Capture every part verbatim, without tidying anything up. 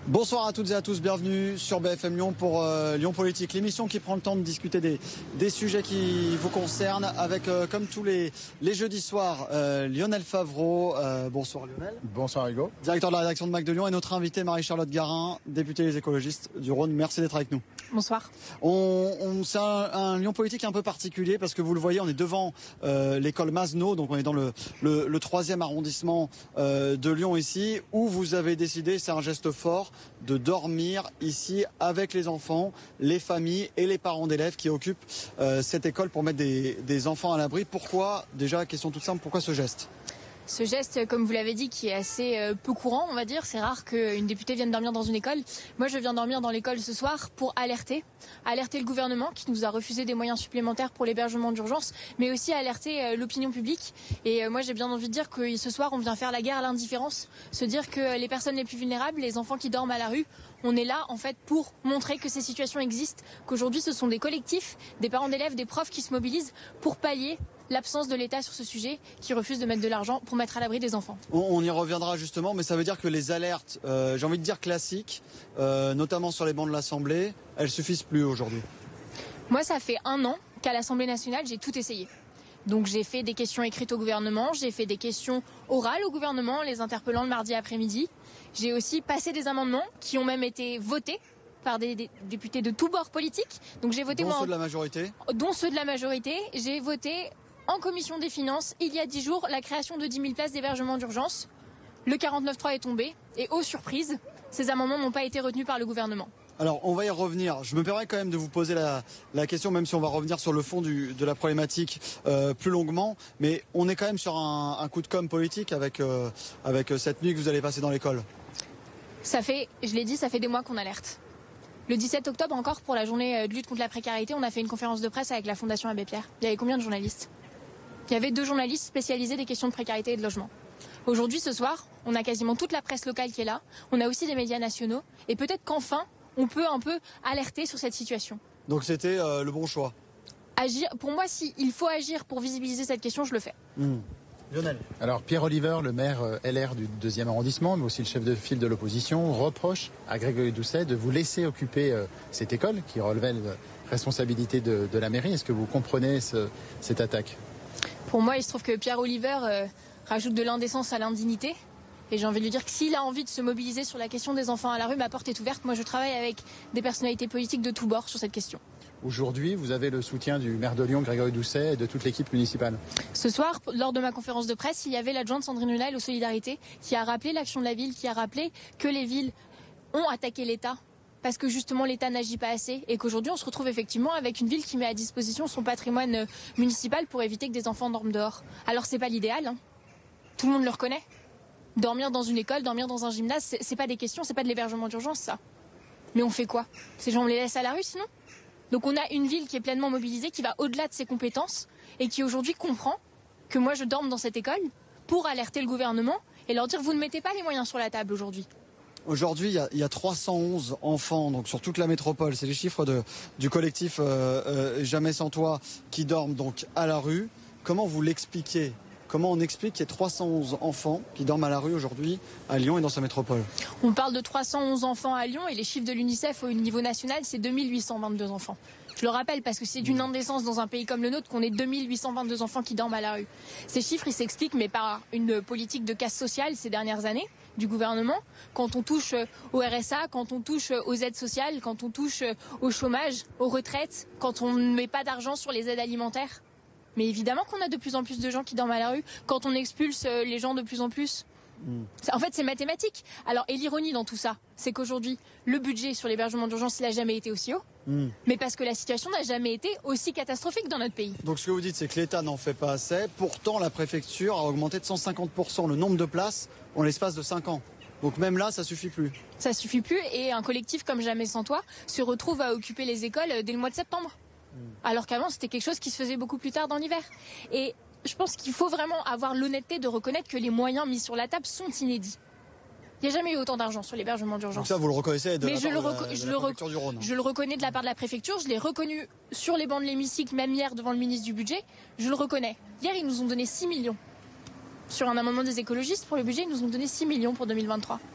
Bonsoir à toutes et à tous, bienvenue sur B F M Lyon pour euh, Lyon Politique, l'émission qui prend le temps de discuter des, des sujets qui vous concernent avec, euh, comme tous les, les jeudis soirs, euh, Lionel Favreau. Euh, bonsoir Lionel. Bonsoir Hugo. Directeur de la rédaction de Mac de Lyon et notre invité Marie-Charlotte Garin, députée des écologistes du Rhône. Merci d'être avec nous. Bonsoir. On, on, c'est un, un Lyon Politique un peu particulier parce que vous le voyez, on est devant euh, l'école Mazenot, donc on est dans le, le, le troisième arrondissement euh, de Lyon ici, où vous avez décidé, c'est un geste fort, de dormir ici avec les enfants, les familles et les parents d'élèves qui occupent euh, cette école pour mettre des, des enfants à l'abri. Pourquoi, déjà, question toute simple, pourquoi ce geste ? Ce geste, comme vous l'avez dit, qui est assez euh, peu courant, on va dire. C'est rare qu'une députée vienne dormir dans une école. Moi, je viens dormir dans l'école ce soir pour alerter. Alerter le gouvernement qui nous a refusé des moyens supplémentaires pour l'hébergement d'urgence, mais aussi alerter euh, l'opinion publique. Et euh, moi, j'ai bien envie de dire que ce soir, on vient faire la guerre à l'indifférence. Se dire que les personnes les plus vulnérables, les enfants qui dorment à la rue, on est là, en fait, pour montrer que ces situations existent. Qu'aujourd'hui, ce sont des collectifs, des parents d'élèves, des profs qui se mobilisent pour pallier l'absence de l'État sur ce sujet, qui refuse de mettre de l'argent pour mettre à l'abri des enfants. On, on y reviendra justement, mais ça veut dire que les alertes, euh, j'ai envie de dire classiques, euh, notamment sur les bancs de l'Assemblée, elles suffisent plus aujourd'hui. Moi, ça fait un an qu'à l'Assemblée nationale, j'ai tout essayé. Donc j'ai fait des questions écrites au gouvernement, j'ai fait des questions orales au gouvernement, les interpellant le mardi après-midi. J'ai aussi passé des amendements qui ont même été votés par des, des députés de tous bords politiques. Donc j'ai voté dont moi, ceux de la majorité. Dont ceux de la majorité. J'ai voté en commission des finances, il y a dix jours, la création de dix mille places d'hébergement d'urgence. Le quarante-neuf trois est tombé et, aux surprises, ces amendements n'ont pas été retenus par le gouvernement. Alors, on va y revenir. Je me permets quand même de vous poser la, la question, même si on va revenir sur le fond du, de la problématique euh, plus longuement. Mais on est quand même sur un, un coup de com' politique avec, euh, avec cette nuit que vous allez passer dans l'école. Ça fait, je l'ai dit, ça fait des mois qu'on alerte. Le dix-sept octobre encore, pour la journée de lutte contre la précarité, on a fait une conférence de presse avec la Fondation Abbé Pierre. Il y avait combien de journalistes ? Il y avait deux journalistes spécialisés des questions de précarité et de logement. Aujourd'hui, ce soir, on a quasiment toute la presse locale qui est là. On a aussi des médias nationaux. Et peut-être qu'enfin, on peut un peu alerter sur cette situation. Donc c'était euh, le bon choix. Agir, pour moi, s'il faut agir pour visibiliser cette question, je le fais. Mmh. Lionel. Alors Pierre Oliver, le maire L R du deuxième arrondissement, mais aussi le chef de file de l'opposition, reproche à Grégory Doucet de vous laisser occuper euh, cette école qui relevait de responsabilité de, de la mairie. Est-ce que vous comprenez ce, cette attaque ? Pour moi, il se trouve que Pierre Oliver euh, rajoute de l'indécence à l'indignité. Et j'ai envie de lui dire que s'il a envie de se mobiliser sur la question des enfants à la rue, ma porte est ouverte. Moi, je travaille avec des personnalités politiques de tous bords sur cette question. Aujourd'hui, vous avez le soutien du maire de Lyon, Grégory Doucet, et de toute l'équipe municipale. Ce soir, lors de ma conférence de presse, il y avait l'adjointe Sandrine Runel aux Solidarités qui a rappelé l'action de la ville, qui a rappelé que les villes ont attaqué l'État parce que justement l'État n'agit pas assez et qu'aujourd'hui on se retrouve effectivement avec une ville qui met à disposition son patrimoine municipal pour éviter que des enfants dorment dehors. Alors c'est pas l'idéal, hein. Tout le monde le reconnaît. Dormir dans une école, dormir dans un gymnase, c'est, c'est pas des questions, c'est pas de l'hébergement d'urgence ça. Mais on fait quoi ? Ces gens on les laisse à la rue sinon ? Donc on a une ville qui est pleinement mobilisée, qui va au-delà de ses compétences et qui aujourd'hui comprend que moi je dorme dans cette école pour alerter le gouvernement et leur dire vous ne mettez pas les moyens sur la table aujourd'hui. Aujourd'hui, il y, a, il y a trois cent onze enfants donc sur toute la métropole. C'est les chiffres de, du collectif euh, euh, Jamais sans toi qui dorment donc à la rue. Comment vous l'expliquez ? Comment on explique qu'il y ait trois cent onze enfants qui dorment à la rue aujourd'hui à Lyon et dans sa métropole ? On parle de trois cent onze enfants à Lyon et les chiffres de l'UNICEF au niveau national, c'est deux mille huit cent vingt-deux enfants. Je le rappelle parce que c'est d'une indécence dans un pays comme le nôtre qu'on ait deux mille huit cent vingt-deux enfants qui dorment à la rue. Ces chiffres, ils s'expliquent mais par une politique de casse sociale ces dernières années du gouvernement. Quand on touche au R S A, quand on touche aux aides sociales, quand on touche au chômage, aux retraites, quand on ne met pas d'argent sur les aides alimentaires. Mais évidemment qu'on a de plus en plus de gens qui dorment à la rue quand on expulse les gens de plus en plus. Mmh. En fait, c'est mathématique. Alors, et l'ironie dans tout ça, c'est qu'aujourd'hui, le budget sur l'hébergement d'urgence, il n'a jamais été aussi haut. Mmh. Mais parce que la situation n'a jamais été aussi catastrophique dans notre pays. Donc, ce que vous dites, c'est que l'État n'en fait pas assez. Pourtant, la préfecture a augmenté de cent cinquante pour cent le nombre de places en l'espace de cinq ans. Donc même là, ça suffit plus. Ça suffit plus et un collectif comme Jamais sans toi se retrouve à occuper les écoles dès le mois de septembre. Mmh. Alors qu'avant, c'était quelque chose qui se faisait beaucoup plus tard dans l'hiver. Et je pense qu'il faut vraiment avoir l'honnêteté de reconnaître que les moyens mis sur la table sont inédits. Il n'y a jamais eu autant d'argent sur l'hébergement d'urgence. Donc ça, vous le reconnaissez de Mais la je part le, de la, reco- de je, la le préfecture du Rhône. je le reconnais de la part de la préfecture. Je l'ai reconnu sur les bancs de l'hémicycle, même hier devant le ministre du Budget. Je le reconnais. Hier, ils nous ont donné six millions. Sur un amendement des écologistes, pour le budget, ils nous ont donné six millions pour deux mille vingt-trois.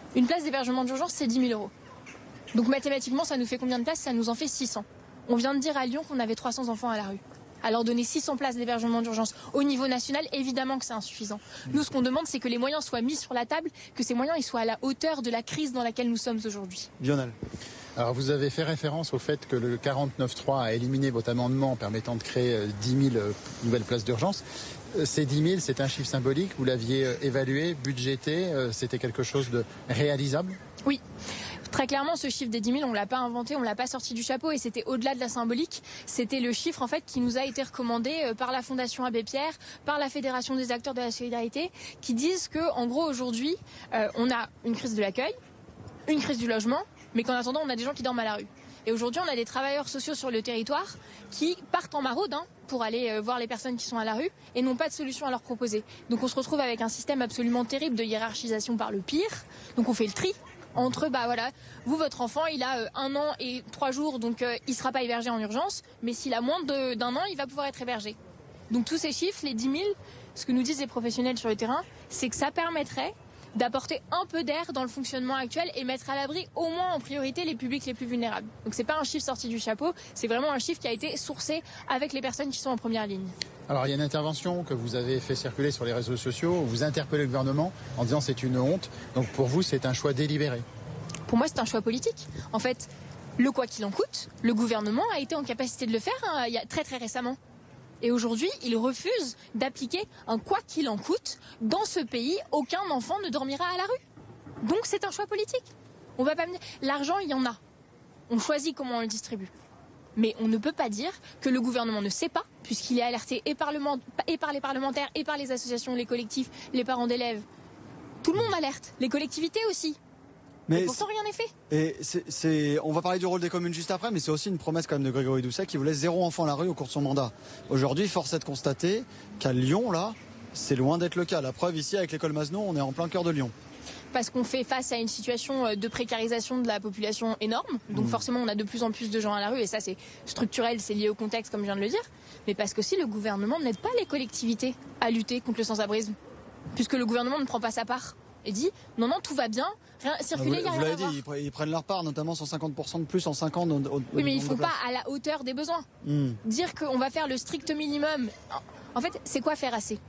Une place d'hébergement d'urgence, c'est dix mille euros. Donc mathématiquement, ça nous fait combien de places? Ça nous en fait six cents. On vient de dire à Lyon qu'on avait trois cents enfants à la rue. Alors donner six cents places d'hébergement d'urgence au niveau national, évidemment que c'est insuffisant. Nous, ce qu'on demande, c'est que les moyens soient mis sur la table, que ces moyens ils soient à la hauteur de la crise dans laquelle nous sommes aujourd'hui. Lionel. Alors vous avez fait référence au fait que le quarante-neuf trois a éliminé votre amendement permettant de créer dix mille nouvelles places d'urgence. Ces dix mille, c'est un chiffre symbolique, vous l'aviez évalué, budgété, c'était quelque chose de réalisable? Oui. Très clairement, ce chiffre des dix mille, on ne l'a pas inventé, on ne l'a pas sorti du chapeau et c'était au-delà de la symbolique. C'était le chiffre en fait qui nous a été recommandé par la Fondation Abbé Pierre, par la Fédération des acteurs de la solidarité, qui disent que, en gros, aujourd'hui, euh, on a une crise de l'accueil, une crise du logement, mais qu'en attendant, on a des gens qui dorment à la rue. Et aujourd'hui, on a des travailleurs sociaux sur le territoire qui partent en maraude hein, pour aller euh, voir les personnes qui sont à la rue et n'ont pas de solution à leur proposer. Donc on se retrouve avec un système absolument terrible de hiérarchisation par le pire. Donc on fait le tri entre, bah voilà, vous, votre enfant, il a euh, un an et trois jours, donc euh, il ne sera pas hébergé en urgence, mais s'il a moins de, d'un an, il va pouvoir être hébergé. Donc tous ces chiffres, les dix mille, ce que nous disent les professionnels sur le terrain, c'est que ça permettrait d'apporter un peu d'air dans le fonctionnement actuel et mettre à l'abri au moins en priorité les publics les plus vulnérables. Donc c'est pas un chiffre sorti du chapeau, c'est vraiment un chiffre qui a été sourcé avec les personnes qui sont en première ligne. Alors il y a une intervention que vous avez fait circuler sur les réseaux sociaux où vous interpellez le gouvernement en disant c'est une honte. Donc pour vous c'est un choix délibéré? Pour moi c'est un choix politique. En fait, le quoi qu'il en coûte, le gouvernement a été en capacité de le faire hein, il y a très très récemment. Et aujourd'hui, il refuse d'appliquer un quoi qu'il en coûte. Dans ce pays, aucun enfant ne dormira à la rue. Donc c'est un choix politique. On va pas me dire, l'argent, il y en a. On choisit comment on le distribue. Mais on ne peut pas dire que le gouvernement ne sait pas, puisqu'il est alerté et, parlement, et par les parlementaires, et par les associations, les collectifs, les parents d'élèves. Tout le monde alerte, les collectivités aussi. Mais et pourtant, rien n'est fait. Et c'est, c'est, on va parler du rôle des communes juste après, mais c'est aussi une promesse quand même de Grégory Doucet qui voulait zéro enfant à la rue au cours de son mandat. Aujourd'hui, force est de constater qu'à Lyon, là, c'est loin d'être le cas. La preuve ici, avec l'école Mazenot, on est en plein cœur de Lyon. Parce qu'on fait face à une situation de précarisation de la population énorme. Donc mmh. forcément, on a de plus en plus de gens à la rue. Et ça, c'est structurel, c'est lié au contexte, comme je viens de le dire. Mais parce qu'aussi, le gouvernement n'aide pas les collectivités à lutter contre le sans-abrisme. Puisque le gouvernement ne prend pas sa part. Et dit, non, non, tout va bien. Rien, circuler, il y a vous rien à l'avez dit, ils, ils prennent leur part, notamment cent cinquante pour cent de plus en cinq ans. Au, au, oui, mais ils ne font pas à la hauteur des besoins. Mmh. Dire qu'on va faire le strict minimum. En fait, c'est quoi faire assez?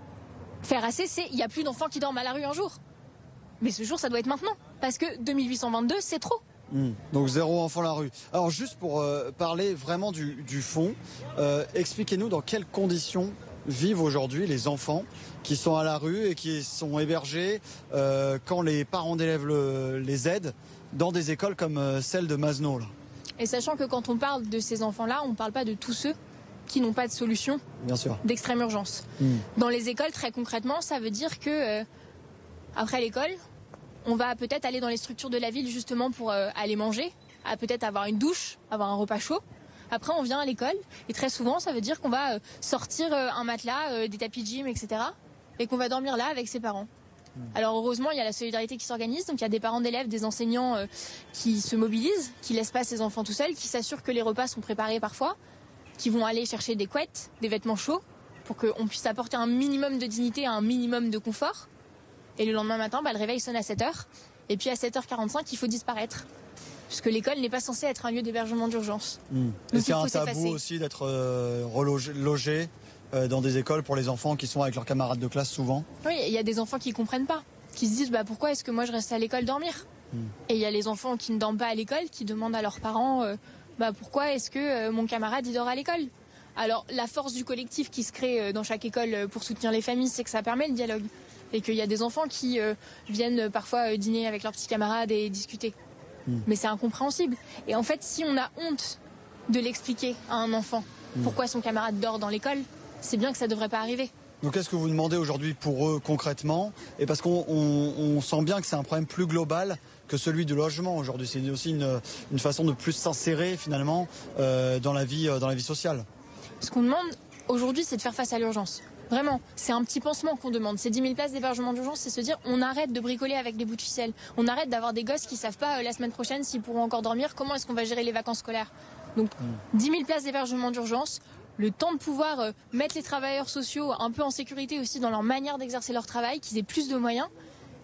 Faire assez, c'est il n'y a plus d'enfants qui dorment à la rue un jour. Mais ce jour, ça doit être maintenant. Parce que deux mille huit cent vingt-deux, c'est trop. Mmh. Donc zéro enfant à la rue. Alors juste pour euh, parler vraiment du, du fond, euh, expliquez-nous dans quelles conditions vivent aujourd'hui les enfants qui sont à la rue et qui sont hébergés euh, quand les parents d'élèves le, les aident dans des écoles comme euh, celle de Mazenot. Là. Et sachant que quand on parle de ces enfants-là, on ne parle pas de tous ceux qui n'ont pas de solution d'extrême urgence. Mmh. Dans les écoles, très concrètement, ça veut dire que euh, après l'école, on va peut-être aller dans les structures de la ville justement pour euh, aller manger, à peut-être avoir une douche, avoir un repas chaud. Après, on vient à l'école et très souvent, ça veut dire qu'on va euh, sortir euh, un matelas, euh, des tapis de gym, et cetera. Et qu'on va dormir là avec ses parents. Mmh. Alors heureusement, il y a la solidarité qui s'organise. Donc il y a des parents d'élèves, des enseignants euh, qui se mobilisent, qui laissent pas ces enfants tout seuls, qui s'assurent que les repas sont préparés parfois, qui vont aller chercher des couettes, des vêtements chauds, pour qu'on puisse apporter un minimum de dignité, un minimum de confort. Et le lendemain matin, bah, le réveil sonne à sept heures. Et puis à sept heures quarante-cinq, il faut disparaître. Puisque l'école n'est pas censée être un lieu d'hébergement d'urgence. Mmh. Et c'est un tabou aussi d'être euh, relogé, logé euh, dans des écoles pour les enfants qui sont avec leurs camarades de classe souvent. Oui, il y a des enfants qui ne comprennent pas, qui se disent bah, pourquoi est-ce que moi je reste à l'école dormir mmh. Et il y a les enfants qui ne dorment pas à l'école, qui demandent à leurs parents euh, bah, pourquoi est-ce que euh, mon camarade il dort à l'école. Alors la force du collectif qui se crée euh, dans chaque école pour soutenir les familles, c'est que ça permet le dialogue. Et qu'il y a des enfants qui euh, viennent parfois euh, dîner avec leurs petits camarades et discuter. Mmh. Mais c'est incompréhensible. Et en fait, si on a honte de l'expliquer à un enfant mmh. pourquoi son camarade dort dans l'école, c'est bien que ça ne devrait pas arriver. Donc qu'est-ce que vous demandez aujourd'hui pour eux concrètement? Et parce qu'on on, on sent bien que c'est un problème plus global que celui du logement aujourd'hui. C'est aussi une, une façon de plus s'insérer finalement euh, dans la vie, euh, dans la vie sociale. Ce qu'on demande aujourd'hui, c'est de faire face à l'urgence. Vraiment, c'est un petit pansement qu'on demande. Ces dix mille places d'hébergement d'urgence, c'est se dire on arrête de bricoler avec des bouts de ficelle. On arrête d'avoir des gosses qui ne savent pas euh, la semaine prochaine s'ils pourront encore dormir. Comment est-ce qu'on va gérer les vacances scolaires? Donc mmh. dix mille places d'hébergement d'urgence, le temps de pouvoir euh, mettre les travailleurs sociaux un peu en sécurité aussi dans leur manière d'exercer leur travail, qu'ils aient plus de moyens.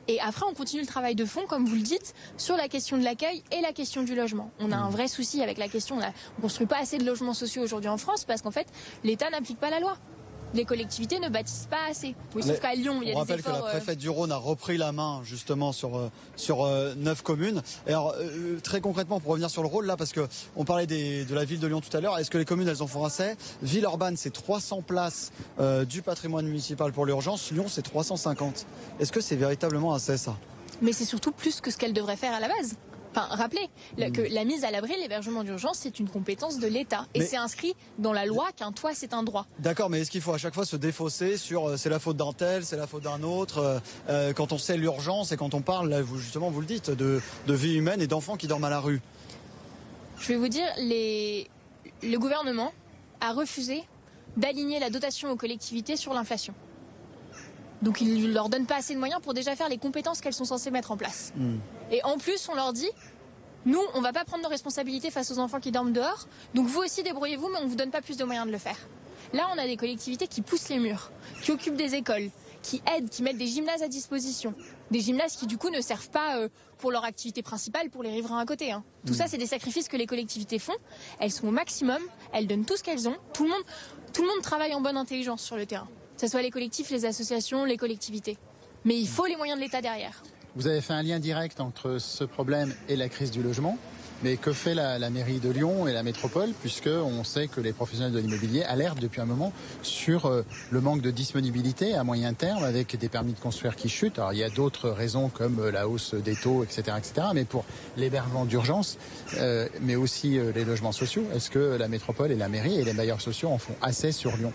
Et après, on continue le travail de fond, comme vous le dites, sur la question de l'accueil et la question du logement. On a un vrai souci avec la question, on ne construit pas assez de logements sociaux aujourd'hui en France parce qu'en fait, l'État n'applique pas la loi. Les collectivités ne bâtissent pas assez. Oui, sauf qu'à Lyon, il y a on des rappelle efforts... que la préfète du Rhône a repris la main justement sur euh, sur euh, neuf communes. Et alors euh, très concrètement, pour revenir sur le rôle là, parce que on parlait des, de la ville de Lyon tout à l'heure, est-ce que les communes elles en font assez? Villeurbanne c'est trois cents places euh, du patrimoine municipal pour l'urgence. Lyon c'est trois cent cinquante. Est-ce que c'est véritablement assez ça? Mais c'est surtout plus que ce qu'elle devrait faire à la base. Enfin, rappelez mmh. que la mise à l'abri, l'hébergement d'urgence, c'est une compétence de l'État. Et mais... c'est inscrit dans la loi qu'un toit, c'est un droit. D'accord, mais est-ce qu'il faut à chaque fois se défausser sur euh, c'est la faute d'un tel, c'est la faute d'un autre euh, quand on sait l'urgence et quand on parle, là, vous, justement, vous le dites, de, de vie humaine et d'enfants qui dorment à la rue? Je vais vous dire, les... le gouvernement a refusé d'aligner la dotation aux collectivités sur l'inflation. Donc ils ne leur donnent pas assez de moyens pour déjà faire les compétences qu'elles sont censées mettre en place. Mmh. Et en plus, on leur dit, nous, on ne va pas prendre nos responsabilités face aux enfants qui dorment dehors, donc vous aussi débrouillez-vous, mais on ne vous donne pas plus de moyens de le faire. Là, on a des collectivités qui poussent les murs, qui occupent des écoles, qui aident, qui mettent des gymnases à disposition. Des gymnases qui, du coup, ne servent pas euh, pour leur activité principale, pour les riverains à côté. Hein. Tout mmh. ça, c'est des sacrifices que les collectivités font. Elles sont au maximum, elles donnent tout ce qu'elles ont. Tout le monde, tout le monde travaille en bonne intelligence sur le terrain. Que ce soit les collectifs, les associations, les collectivités. Mais il faut les moyens de l'État derrière. Vous avez fait un lien direct entre ce problème et la crise du logement. Mais que fait la, la mairie de Lyon et la métropole, puisqu'on sait que les professionnels de l'immobilier alertent depuis un moment sur euh, le manque de disponibilité à moyen terme avec des permis de construire qui chutent. Alors il y a d'autres raisons comme euh, la hausse des taux, et cetera, et cetera. Mais pour l'hébergement d'urgence, euh, mais aussi euh, les logements sociaux, est-ce que la métropole et la mairie et les bailleurs sociaux en font assez sur Lyon?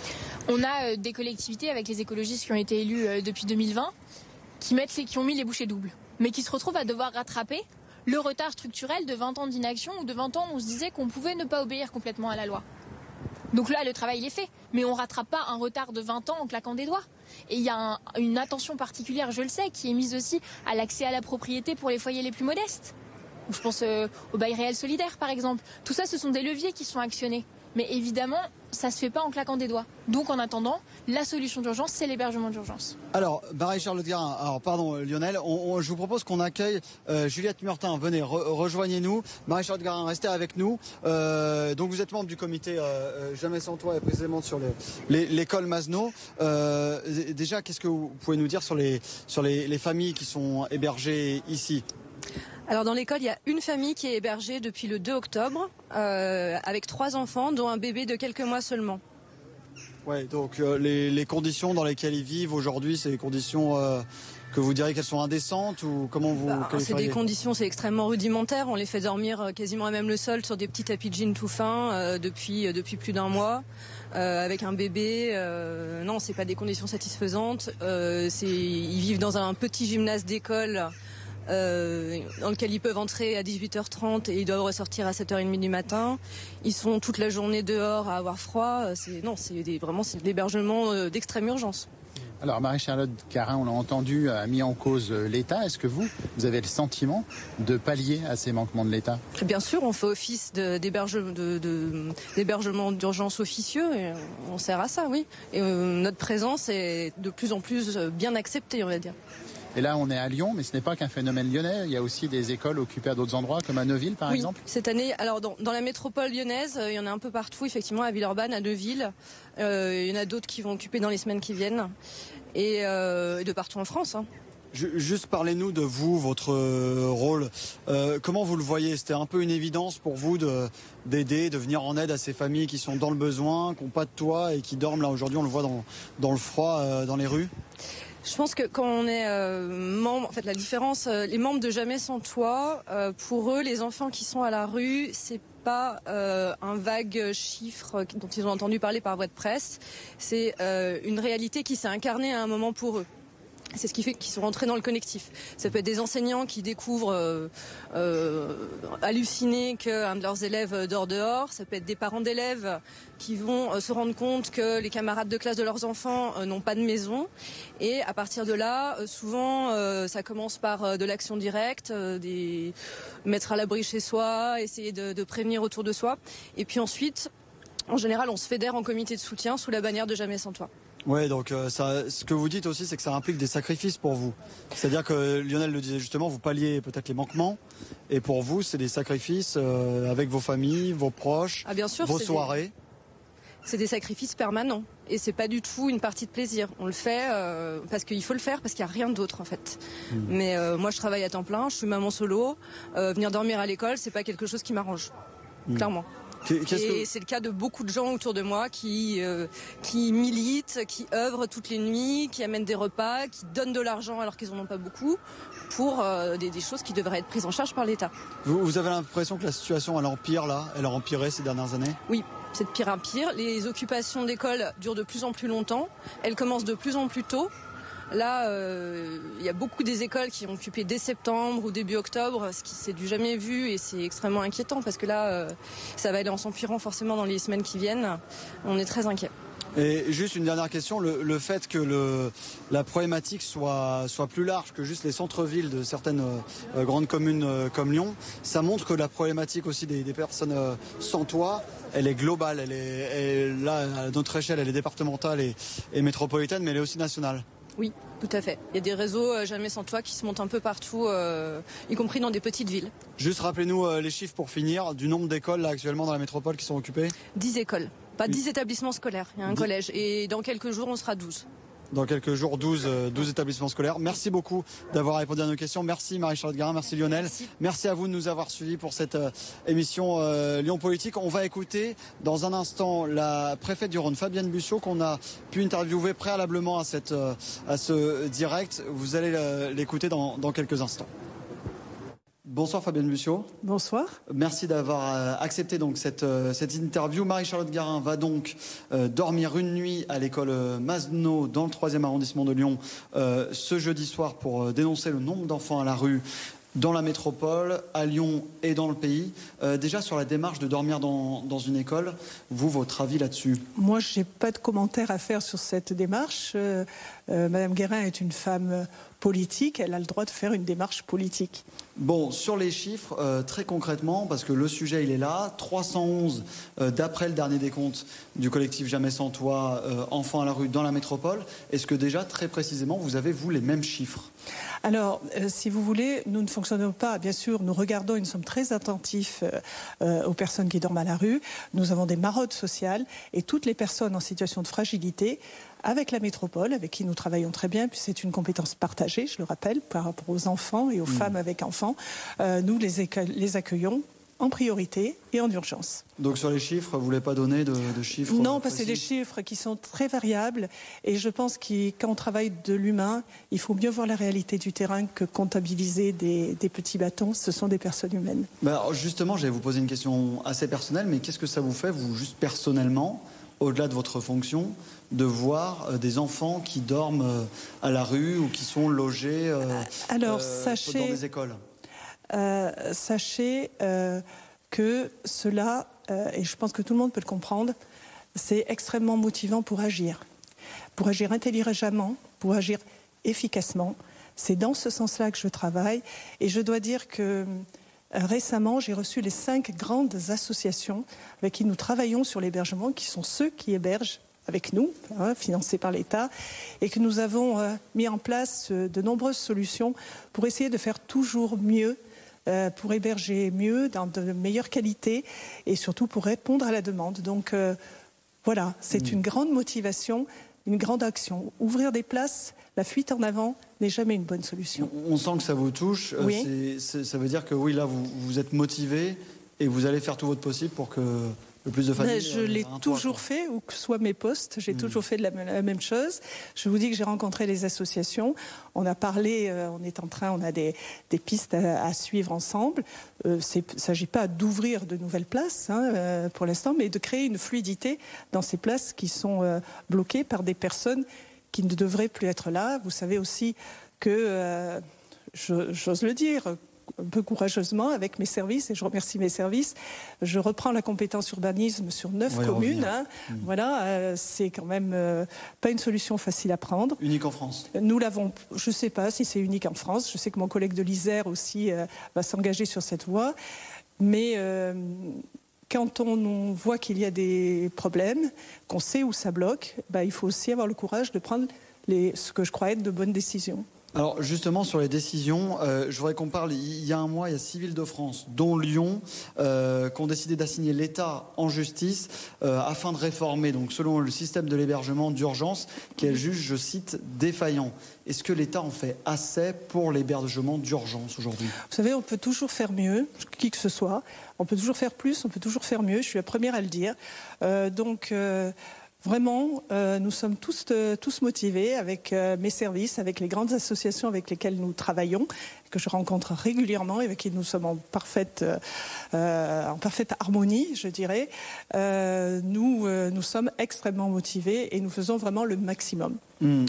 On a euh, des collectivités avec les écologistes qui ont été élus euh, depuis deux mille vingt qui, mettent les, qui ont mis les bouchées doubles, mais qui se retrouvent à devoir rattraper le retard structurel de vingt ans d'inaction ou de vingt ans où on se disait qu'on pouvait ne pas obéir complètement à la loi. Donc là, le travail il est fait, mais on ne rattrape pas un retard de vingt ans en claquant des doigts. Et il y a un, une attention particulière, je le sais, qui est mise aussi à l'accès à la propriété pour les foyers les plus modestes. Je pense euh, au bail réel solidaire, par exemple. Tout ça, ce sont des leviers qui sont actionnés. Mais évidemment, ça ne se fait pas en claquant des doigts. Donc en attendant, la solution d'urgence, c'est l'hébergement d'urgence. Alors, Marie-Charlotte Garin, alors pardon Lionel, on, on, je vous propose qu'on accueille euh, Juliette Murtin. Venez, re, rejoignez-nous. Marie-Charlotte Garin, restez avec nous. Euh, donc vous êtes membre du comité euh, Jamais sans toit et précisément sur l'école Mazenot. Euh, déjà, qu'est-ce que vous pouvez nous dire sur les, sur les, les familles qui sont hébergées ici ? Alors dans l'école, il y a une famille qui est hébergée depuis le deux octobre, euh, avec trois enfants, dont un bébé de quelques mois seulement. Ouais, donc euh, les, les conditions dans lesquelles ils vivent aujourd'hui, c'est des conditions euh, que vous diriez qu'elles sont indécentes ou comment vous bah, c'est des conditions, c'est extrêmement rudimentaire. On les fait dormir quasiment à même le sol sur des petits tapis de jean tout fins euh, depuis euh, depuis plus d'un mois. Euh, avec un bébé, euh, non, c'est pas des conditions satisfaisantes. Euh, c'est, ils vivent dans un petit gymnase d'école. Euh, dans lequel ils peuvent entrer à dix-huit heures trente et ils doivent ressortir à sept heures trente du matin. Ils sont toute la journée dehors à avoir froid. C'est, non, c'est des, vraiment c'est de l'hébergement d'extrême urgence. Alors Marie-Charlotte Garin, on l'a entendu, a mis en cause l'État. Est-ce que vous, vous avez le sentiment de pallier à ces manquements de l'État? Bien sûr, on fait office de, d'hébergement, de, de, d'hébergement d'urgence officieux et on sert à ça, oui. Et euh, notre présence est de plus en plus bien acceptée, on va dire. Et là, on est à Lyon, mais ce n'est pas qu'un phénomène lyonnais. Il y a aussi des écoles occupées à d'autres endroits, comme à Neuville, par oui, exemple. Cette année, alors dans, dans la métropole lyonnaise, euh, il y en a un peu partout, effectivement, à Villeurbanne, à Neuville. Euh, il y en a d'autres qui vont occuper dans les semaines qui viennent, et euh, de partout en France. Hein. Juste parlez-nous de vous, votre rôle. Euh, comment vous le voyez? C'était un peu une évidence pour vous de, d'aider, de venir en aide à ces familles qui sont dans le besoin, qui n'ont pas de toit et qui dorment, là aujourd'hui, on le voit dans, dans le froid, euh, dans les rues? Je pense que quand on est euh, membre, en fait, la différence, euh, les membres de Jamais sans toit, euh, pour eux, les enfants qui sont à la rue, c'est pas euh, un vague chiffre dont ils ont entendu parler par voie de presse. C'est euh, une réalité qui s'est incarnée à un moment pour eux. C'est ce qui fait qu'ils sont rentrés dans le collectif. Ça peut être des enseignants qui découvrent euh, euh, hallucinés qu'un de leurs élèves dort dehors. Ça peut être des parents d'élèves qui vont euh, se rendre compte que les camarades de classe de leurs enfants euh, n'ont pas de maison. Et à partir de là, euh, souvent, euh, ça commence par euh, de l'action directe, euh, des mettre à l'abri chez soi, essayer de, de prévenir autour de soi. Et puis ensuite, en général, on se fédère en comité de soutien sous la bannière de Jamais sans toit. Ouais, donc euh, ça, ce que vous dites aussi, c'est que ça implique des sacrifices pour vous. C'est-à-dire que Lionel le disait justement, vous palliez peut-être les manquements, et pour vous, c'est des sacrifices euh, avec vos familles, vos proches, ah, bien sûr, vos c'est soirées. Des... C'est des sacrifices permanents et c'est pas du tout une partie de plaisir. On le fait euh, parce qu'il faut le faire, parce qu'il n'y a rien d'autre en fait. Mmh. Mais euh, moi je travaille à temps plein, je suis maman solo. Euh, venir dormir à l'école, c'est pas quelque chose qui m'arrange, mmh. clairement. Qu'est-ce et que... c'est le cas de beaucoup de gens autour de moi qui, euh, qui militent, qui œuvrent toutes les nuits, qui amènent des repas, qui donnent de l'argent alors qu'ils n'en ont pas beaucoup pour euh, des, des choses qui devraient être prises en charge par l'État. Vous, vous avez l'impression que la situation elle empire là, elle a empiré ces dernières années? Oui. C'est de pire en pire. Les occupations d'école durent de plus en plus longtemps. Elles commencent de plus en plus tôt. Là, il euh, y a beaucoup des écoles qui ont occupé dès septembre ou début octobre, ce qui s'est du jamais vu et c'est extrêmement inquiétant parce que là, euh, ça va aller en s'empirant forcément dans les semaines qui viennent. On est très inquiets. Et juste une dernière question, le, le fait que le, la problématique soit, soit plus large que juste les centres-villes de certaines euh, grandes communes euh, comme Lyon, ça montre que la problématique aussi des, des personnes euh, sans toit, elle est globale, elle est, elle, là, à notre échelle, elle est départementale et, et métropolitaine, mais elle est aussi nationale. Oui, tout à fait. Il y a des réseaux euh, jamais sans toit qui se montent un peu partout, euh, y compris dans des petites villes. Juste rappelez-nous euh, les chiffres pour finir, du nombre d'écoles là, actuellement dans la métropole qui sont occupées. dix écoles, pas dix établissements scolaires, il y a un dix. collège. Et dans quelques jours, on sera douze. Dans quelques jours, douze, douze établissements scolaires. Merci beaucoup d'avoir répondu à nos questions. Merci Marie-Charlotte Guérin, merci Lionel. Merci. Merci à vous de nous avoir suivis pour cette euh, émission euh, Lyon Politique. On va écouter dans un instant la préfète du Rhône, Fabienne Bussiot, qu'on a pu interviewer préalablement à, cette, euh, à ce direct. Vous allez euh, l'écouter dans, dans quelques instants. Bonsoir Fabienne Bussiot. Bonsoir. Merci d'avoir accepté donc cette, cette interview. Marie-Charlotte Guérin va donc euh, dormir une nuit à l'école Mazenod dans le troisième arrondissement de Lyon euh, ce jeudi soir pour euh, dénoncer le nombre d'enfants à la rue dans la métropole, à Lyon et dans le pays. Euh, déjà sur la démarche de dormir dans, dans une école, vous, votre avis là-dessus? Moi, je n'ai pas de commentaire à faire sur cette démarche. Euh, euh, Madame Guérin est une femme politique, elle a le droit de faire une démarche politique. Bon, sur les chiffres, euh, très concrètement, parce que le sujet il est là, trois cent onze euh, d'après le dernier décompte du collectif Jamais sans toit, euh, enfants à la rue dans la métropole. Est-ce que déjà, très précisément, vous avez, vous, les mêmes chiffres? Alors, euh, si vous voulez, nous ne fonctionnons pas, bien sûr, nous regardons et nous sommes très attentifs euh, euh, aux personnes qui dorment à la rue. Nous avons des maraudes sociales et toutes les personnes en situation de fragilité, avec la métropole, avec qui nous travaillons très bien, puis c'est une compétence partagée, je le rappelle, par rapport aux enfants et aux mmh. femmes avec enfants, euh, nous les, les accueillons en priorité et en urgence. Donc sur les chiffres, vous ne voulez pas donner de, de chiffres? Non, parce que c'est des chiffres qui sont très variables et je pense que quand on travaille de l'humain, il faut mieux voir la réalité du terrain que comptabiliser des, des petits bâtons. Ce sont des personnes humaines. Bah alors justement, j'allais vous poser une question assez personnelle, mais qu'est-ce que ça vous fait, vous, juste personnellement, au-delà de votre fonction, de voir euh, des enfants qui dorment euh, à la rue ou qui sont logés euh, Alors, euh, sachez, dans des écoles? euh, Sachez euh, que cela, euh, et je pense que tout le monde peut le comprendre, c'est extrêmement motivant pour agir. Pour agir intelligemment, pour agir efficacement. C'est dans ce sens-là que je travaille. Et je dois dire que récemment, j'ai reçu les cinq grandes associations avec qui nous travaillons sur l'hébergement, qui sont ceux qui hébergent avec nous, hein, financés par l'État, et que nous avons euh, mis en place euh, de nombreuses solutions pour essayer de faire toujours mieux, euh, pour héberger mieux, dans de meilleures qualités, et surtout pour répondre à la demande. Donc euh, voilà, c'est mmh. une grande motivation, une grande action. Ouvrir des places, la fuite en avant n'est jamais une bonne solution. On sent que ça vous touche. Oui. C'est, c'est, ça veut dire que oui, là, vous, vous êtes motivé et vous allez faire tout votre possible pour que le plus de familles... Ben, je l'ai toujours toit, fait, où que soient mes postes, j'ai mmh. toujours fait de la, la même chose. Je vous dis que j'ai rencontré les associations, on a parlé, euh, on est en train, on a des, des pistes à, à suivre ensemble. Euh, il ne s'agit pas d'ouvrir de nouvelles places hein, euh, pour l'instant, mais de créer une fluidité dans ces places qui sont euh, bloquées par des personnes qui ne devraient plus être là. Vous savez aussi que, euh, je, j'ose le dire, un peu courageusement avec mes services, et je remercie mes services, je reprends la compétence urbanisme sur neuf communes. Hein. Mmh. Voilà, euh, c'est quand même euh, pas une solution facile à prendre. Unique en France. Nous l'avons, je ne sais pas si c'est unique en France, je sais que mon collègue de l'Isère aussi euh, va s'engager sur cette voie, mais... Euh, quand on, on voit qu'il y a des problèmes, qu'on sait où ça bloque, bah, il faut aussi avoir le courage de prendre les, ce que je crois être de bonnes décisions. Alors justement sur les décisions, euh, je voudrais qu'on parle, il y a un mois, il y a six villes de France, dont Lyon, euh, qui ont décidé d'assigner l'État en justice euh, afin de réformer, donc selon le système de l'hébergement d'urgence, qu'elle juge, je cite, défaillant. Est-ce que l'État en fait assez pour l'hébergement d'urgence aujourd'hui ? Vous savez, on peut toujours faire mieux, qui que ce soit. On peut toujours faire plus, on peut toujours faire mieux. Je suis la première à le dire. Euh, donc... Euh Vraiment, euh, nous sommes tous, euh, tous motivés avec euh, mes services, avec les grandes associations avec lesquelles nous travaillons, que je rencontre régulièrement et avec qui nous sommes en parfaite, euh, en parfaite harmonie, je dirais. Euh, nous, euh, nous sommes extrêmement motivés et nous faisons vraiment le maximum. Mmh.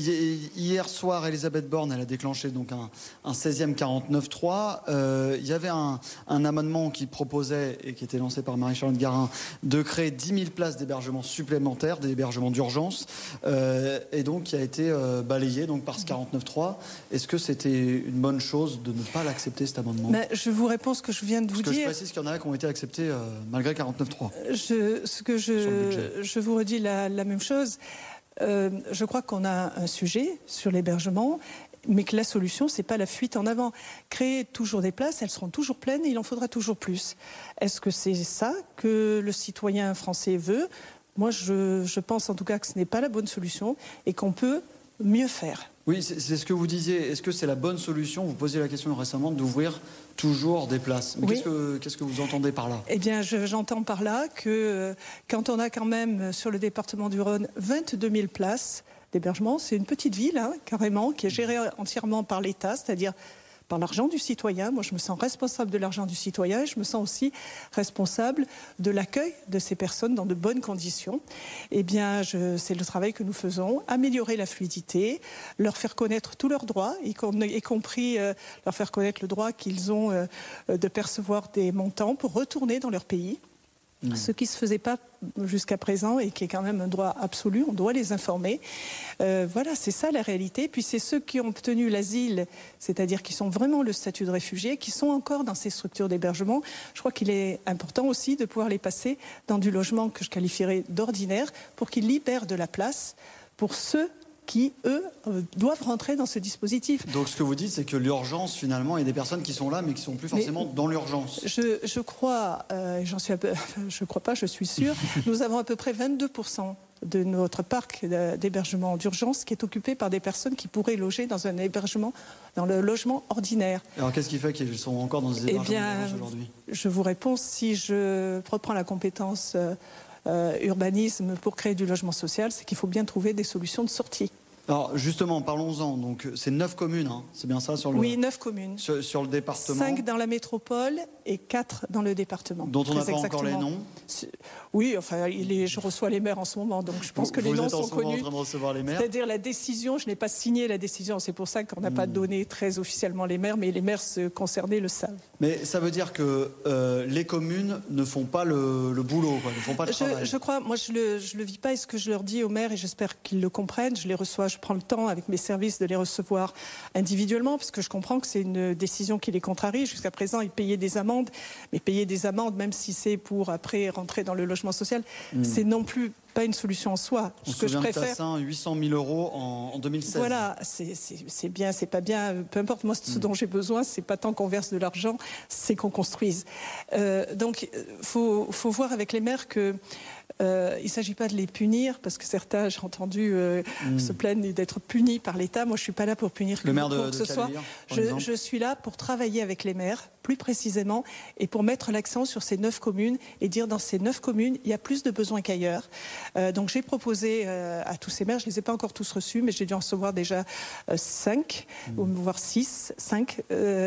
Hier soir, Elisabeth Borne, elle a déclenché donc un, un seizième quarante-neuf trois. Euh, il y avait un, un amendement qui proposait, et qui était lancé par Marie-Charlotte Garin, de créer dix mille places d'hébergement supplémentaires, d'hébergement d'urgence, euh, et donc qui a été euh, balayé donc, par ce quarante-neuf trois. Est-ce que c'était une bonne chose de ne pas l'accepter, cet amendement ? Mais je vous réponds ce que je viens de vous Parce que dire. je précise qu'il y en a qui ont été acceptés euh, malgré quarante-neuf trois. Je, ce que je, je vous redis la, la même chose. Euh, je crois qu'on a un sujet sur l'hébergement, mais que la solution, c'est pas la fuite en avant. Créer toujours des places, elles seront toujours pleines et il en faudra toujours plus. Est-ce que c'est ça que le citoyen français veut ? Moi, je, je pense en tout cas que ce n'est pas la bonne solution et qu'on peut mieux faire. Oui, c'est, c'est ce que vous disiez. Est-ce que c'est la bonne solution ? Vous posiez la question récemment d'ouvrir toujours des places. Mais oui. qu'est-ce que, qu'est-ce que vous entendez par là ? Eh bien, je, j'entends par là que euh, quand on a quand même sur le département du Rhône vingt-deux mille places d'hébergement, c'est une petite ville, hein, carrément, qui est gérée entièrement par l'État, c'est-à-dire par l'argent du citoyen. Moi, je me sens responsable de l'argent du citoyen et je me sens aussi responsable de l'accueil de ces personnes dans de bonnes conditions. Eh bien, je, c'est le travail que nous faisons, améliorer la fluidité, leur faire connaître tous leurs droits, y, y compris euh, leur faire connaître le droit qu'ils ont euh, de percevoir des montants pour retourner dans leur pays. Mmh. Ce qui ne se faisait pas jusqu'à présent et qui est quand même un droit absolu, on doit les informer. Euh, voilà, c'est ça la réalité. Puis c'est ceux qui ont obtenu l'asile, c'est-à-dire qui sont vraiment le statut de réfugié, qui sont encore dans ces structures d'hébergement. Je crois qu'il est important aussi de pouvoir les passer dans du logement que je qualifierais d'ordinaire pour qu'ils libèrent de la place pour ceux qui, eux, euh, doivent rentrer dans ce dispositif. Donc ce que vous dites, c'est que l'urgence, finalement, il y a des personnes qui sont là, mais qui ne sont plus forcément mais dans l'urgence. Je, je crois, euh, j'en suis un peu, je crois pas, je suis sûre, nous avons à peu près vingt-deux pour cent de notre parc d'hébergement d'urgence qui est occupé par des personnes qui pourraient loger dans un hébergement, dans le logement ordinaire. Alors qu'est-ce qui fait qu'ils sont encore dans des hébergements eh bien, d'urgence aujourd'hui ? Je vous réponds, si je reprends la compétence euh, Euh, urbanisme pour créer du logement social, c'est qu'il faut bien trouver des solutions de sortie. Alors justement, parlons-en. Donc c'est neuf communes, hein. C'est bien ça sur le. Oui, neuf communes. Sur, sur le département. Cinq dans la métropole et quatre dans le département. Dont on n'a pas exactement. Encore les noms. C'est... Oui, enfin, les... je reçois les maires en ce moment, donc je pense vous, que les vous noms êtes sont en ce moment connus. En train de recevoir les maires. C'est-à-dire la décision, je n'ai pas signé la décision, c'est pour ça qu'on n'a mmh. pas donné très officiellement les maires, mais les maires concernés le savent. Mais ça veut dire que euh, les communes ne font pas le, le boulot, quoi, ne font pas le je, travail. Je crois, moi je le, je le vis pas, et ce que je leur dis aux maires, et j'espère qu'ils le comprennent, je les reçois, je prends le temps avec mes services de les recevoir individuellement, parce que je comprends que c'est une décision qui les contrarie. Jusqu'à présent, ils payaient des amendes, mais payer des amendes, même si c'est pour après rentrer dans le logement social, mmh. c'est non plus pas une solution en soi. On ce se que je souvient préfère, de Tassin, huit cent mille euros en, en deux mille seize. Voilà, c'est, c'est, c'est bien, c'est pas bien. Peu importe, moi, ce mmh. dont j'ai besoin, c'est pas tant qu'on verse de l'argent, c'est qu'on construise. Euh, donc, faut, faut voir avec les maires que euh, il ne s'agit pas de les punir, parce que certains, j'ai entendu, euh, mmh. se plaignent d'être punis par l'État. Moi, je suis pas là pour punir le maire de, de, que de ce soit. Je, je suis là pour travailler avec les maires, plus précisément, et pour mettre l'accent sur ces neuf communes et dire dans ces neuf communes, il y a plus de besoins qu'ailleurs. Euh, donc, j'ai proposé euh, à tous ces maires, je ne les ai pas encore tous reçus, mais j'ai dû en recevoir déjà euh, cinq, mmh. ou voire six, cinq.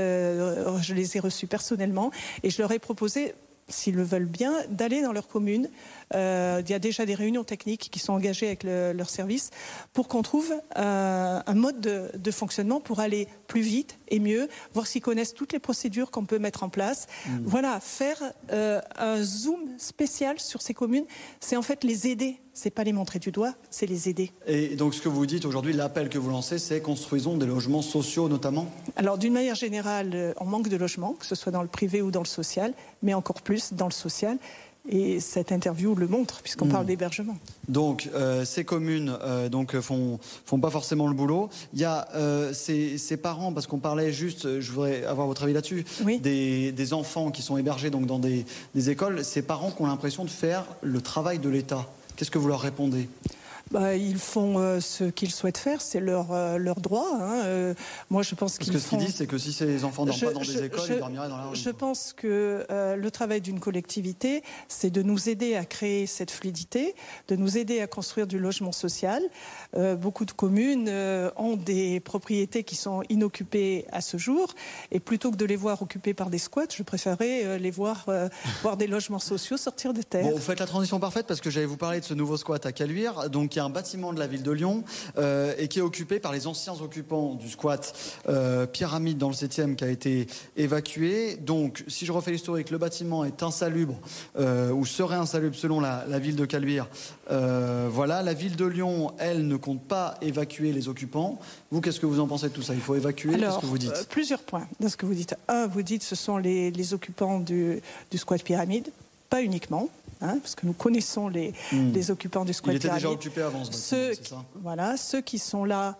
Euh, je les ai reçus personnellement et je leur ai proposé, s'ils le veulent bien, d'aller dans leur commune. Euh, il y a déjà des réunions techniques qui sont engagées avec le, leur service pour qu'on trouve euh, un mode de, de fonctionnement pour aller plus vite et mieux, voir s'ils connaissent toutes les procédures qu'on peut mettre en place. Mmh. Voilà, faire euh, un zoom spécial sur ces communes, c'est en fait les aider. C'est pas les montrer du doigt, c'est les aider. Et donc ce que vous dites aujourd'hui, l'appel que vous lancez, c'est construisons des logements sociaux notamment ? Alors d'une manière générale, on manque de logements, que ce soit dans le privé ou dans le social, mais encore plus dans le social. Et cette interview le montre, puisqu'on mmh. parle d'hébergement. Donc, euh, ces communes euh, donc, font, font pas forcément le boulot. Il y a euh, ces, ces parents, parce qu'on parlait juste, je voudrais avoir votre avis là-dessus, oui. des, des enfants qui sont hébergés donc, dans des, des écoles, ces parents qui ont l'impression de faire le travail de l'État. Qu'est-ce que vous leur répondez ? Bah, ils font euh, ce qu'ils souhaitent faire, c'est leur, euh, leur droit. Hein. Euh, moi, je pense qu'ils Parce que font... ce qu'ils disent, c'est que si ces enfants ne dorment pas dans je, des écoles, je, ils dormiraient dans la rue. Je pense que euh, le travail d'une collectivité, c'est de nous aider à créer cette fluidité, de nous aider à construire du logement social. Euh, beaucoup de communes euh, ont des propriétés qui sont inoccupées à ce jour, et plutôt que de les voir occupées par des squats, je préférerais euh, les voir euh, voir des logements sociaux sortir de terre. Bon, vous faites la transition parfaite, parce que j'allais vous parler de ce nouveau squat à Caluire. Donc, il y a un bâtiment de la ville de Lyon euh, et qui est occupé par les anciens occupants du squat euh, Pyramide dans le septième qui a été évacué. Donc, si je refais l'historique, le bâtiment est insalubre euh, ou serait insalubre selon la, la ville de Caluire. Euh, voilà, la ville de Lyon, elle, ne compte pas évacuer les occupants. Vous, qu'est-ce que vous en pensez de tout ça ? Il faut évacuer. Alors, qu'est-ce que vous dites ? euh, plusieurs points dans ce que vous dites. Un, vous dites ce sont les, les occupants du, du squat Pyramide. Pas uniquement, hein, parce que nous connaissons les, mmh. les occupants du squat Pyramide. Il était déjà occupé avant ce bâtiment, c'est ça ? Voilà, ceux qui sont là,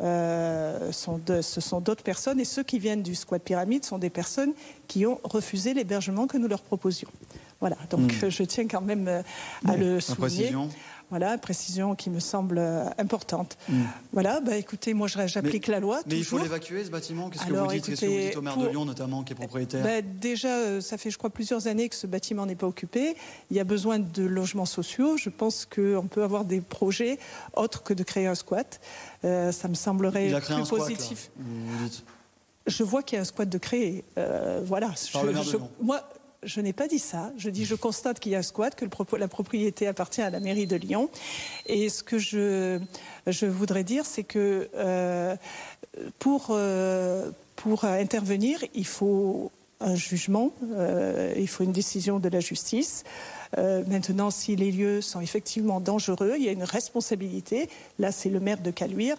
euh, sont de, ce sont d'autres personnes, et ceux qui viennent du squat Pyramide sont des personnes qui ont refusé l'hébergement que nous leur proposions. Voilà, donc mmh. je tiens quand même à bon, le souligner. Précision. Voilà, précision qui me semble importante. Mmh. Voilà, bah écoutez, moi j'applique la loi. Mais toujours. il faut l'évacuer ce bâtiment. Qu'est-ce Alors, que vous dites Qu'est-ce que vous dites au maire pour... de Lyon notamment, qui est propriétaire ? bah, Déjà, ça fait je crois plusieurs années que ce bâtiment n'est pas occupé. Il y a besoin de logements sociaux. Je pense qu'on peut avoir des projets autres que de créer un squat. Euh, ça me semblerait il a créé plus un squat, positif. Là, vous dites. Je vois qu'il y a un squat de créer. Euh, voilà. Par je, le maire de je, Lyon. moi, je n'ai pas dit ça. Je dis, je constate qu'il y a un squat, que le, la propriété appartient à la mairie de Lyon. Et ce que je, je voudrais dire, c'est que euh, pour, euh, pour intervenir, il faut un jugement, euh, il faut une décision de la justice. Euh, maintenant, si les lieux sont effectivement dangereux, il y a une responsabilité. Là, c'est le maire de Caluire.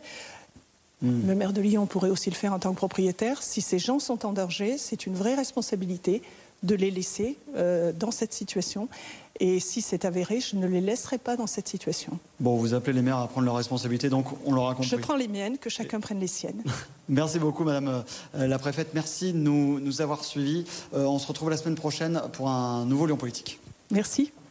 Mmh. Le maire de Lyon pourrait aussi le faire en tant que propriétaire. Si ces gens sont en danger, c'est une vraie responsabilité de les laisser euh, dans cette situation. Et si c'est avéré, je ne les laisserai pas dans cette situation. Bon, vous appelez les maires à prendre leurs responsabilités, donc on l'aura compris. Je prends les miennes, que chacun prenne les siennes. Merci beaucoup, Madame euh, la Préfète. Merci de nous, nous avoir suivis. Euh, on se retrouve la semaine prochaine pour un nouveau Lyon Politique. Merci.